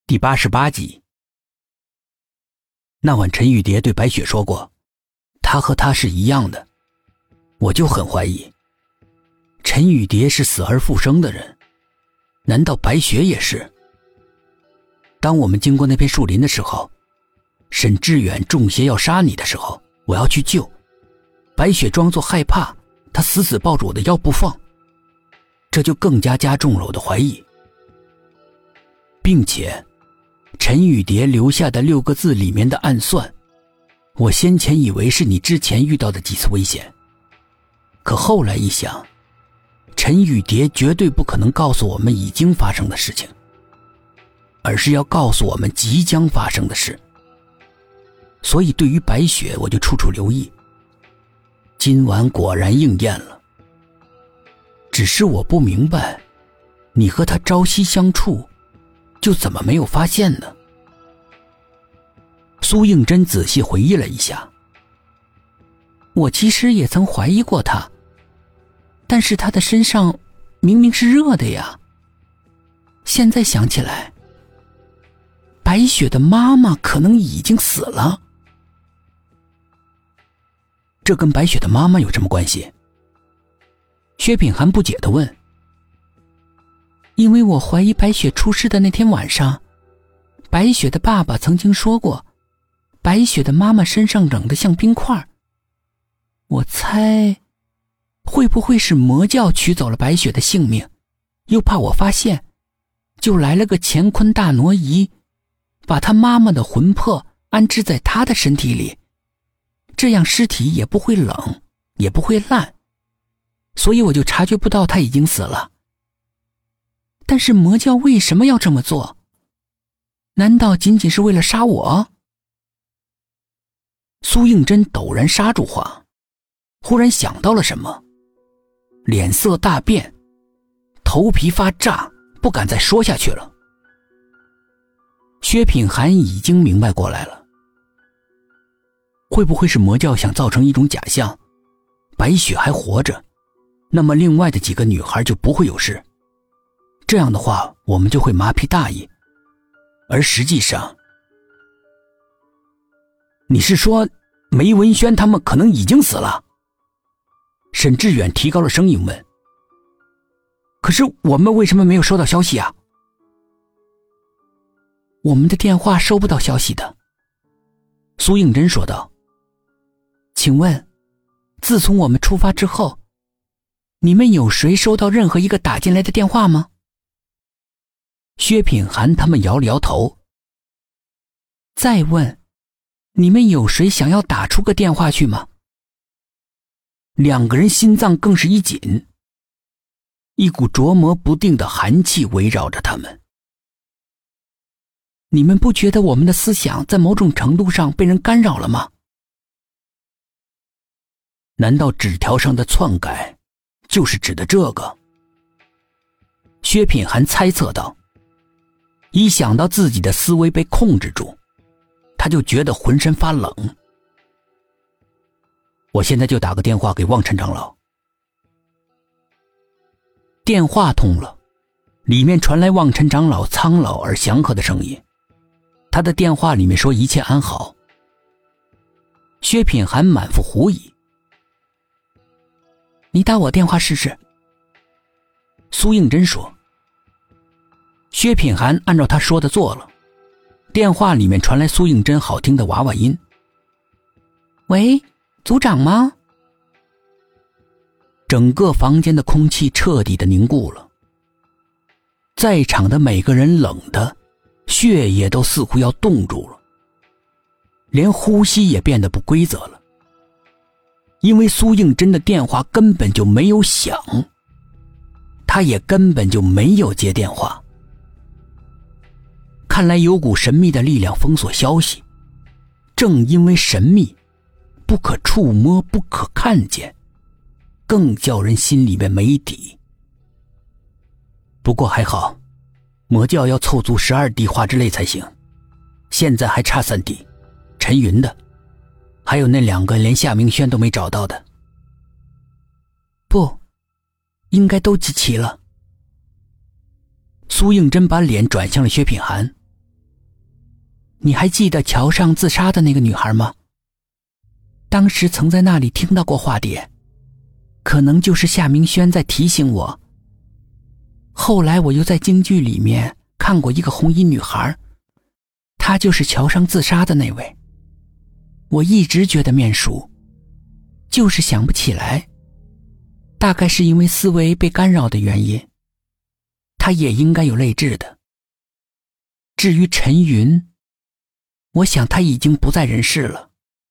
第88集。那晚陈玉蝶对白雪说过，他和她是一样的，我就很怀疑，陈玉蝶是死而复生的人，难道白雪也是？当我们经过那片树林的时候，沈志远中邪要杀你的时候，我要去救，白雪装作害怕，她死死抱住我的腰不放，这就更加加重了我的怀疑。并且陈玉蝶留下的6个字里面的暗算，我先前以为是你之前遇到的几次危险，可后来一想，陈玉蝶绝对不可能告诉我们已经发生的事情，而是要告诉我们即将发生的事。所以对于白雪我就处处留意，今晚果然应验了。只是我不明白，你和她朝夕相处，就怎么没有发现呢？苏应真仔细回忆了一下，我其实也曾怀疑过她，但是她的身上明明是热的呀。现在想起来，白雪的妈妈可能已经死了。这跟白雪的妈妈有什么关系？薛品涵不解地问。因为我怀疑白雪出事的那天晚上，白雪的爸爸曾经说过，白雪的妈妈身上冷得像冰块。我猜，会不会是魔教取走了白雪的性命，又怕我发现，就来了个乾坤大挪移，把她妈妈的魂魄安置在她的身体里，这样尸体也不会冷，也不会烂，所以我就察觉不到她已经死了。但是魔教为什么要这么做？难道仅仅是为了杀我？苏应真陡然刹住话，忽然想到了什么，脸色大变，头皮发炸，不敢再说下去了。薛品涵已经明白过来了，会不会是魔教想造成一种假象，白雪还活着，那么另外的几个女孩就不会有事，这样的话我们就会麻痹大意。而实际上，你是说梅文轩他们可能已经死了？沈志远提高了声音问。可是我们为什么没有收到消息啊？我们的电话收不到消息的，苏应真说道。请问，自从我们出发之后，你们有谁收到任何一个打进来的电话吗？薛品涵他们摇了摇头。再问，你们有谁想要打出个电话去吗？2个人心脏更是一紧，一股琢磨不定的寒气围绕着他们。你们不觉得我们的思想在某种程度上被人干扰了吗？难道纸条上的篡改就是指的这个？薛品涵猜测道。一想到自己的思维被控制住，他就觉得浑身发冷。我现在就打个电话给望尘长老。电话通了，里面传来望尘长老苍老而祥和的声音。他的电话里面说一切安好。薛品涵满腹狐疑。你打我电话试试。苏应真说。薛品涵按照他说的做了，电话里面传来苏应真好听的娃娃音。喂，组长吗？整个房间的空气彻底的凝固了，在场的每个人冷的血液都似乎要冻住了，连呼吸也变得不规则了，因为苏应真的电话根本就没有响，他也根本就没有接电话。看来有股神秘的力量封锁消息，正因为神秘，不可触摸，不可看见，更叫人心里面没底。不过还好，魔教要凑足12滴化之类才行，现在还差3滴，陈云的，还有那2个连夏明轩都没找到的。不，应该都集齐了。苏应真把脸转向了薛品涵， 你还记得桥上自杀的那个女孩吗？当时曾在那里听到过话点，可能就是夏明轩在提醒我。后来我又在京剧里面看过一个红衣女孩，她就是桥上自杀的那位。我一直觉得面熟，就是想不起来，大概是因为思维被干扰的原因，她也应该有类似的。至于陈云，我想他已经不在人世了。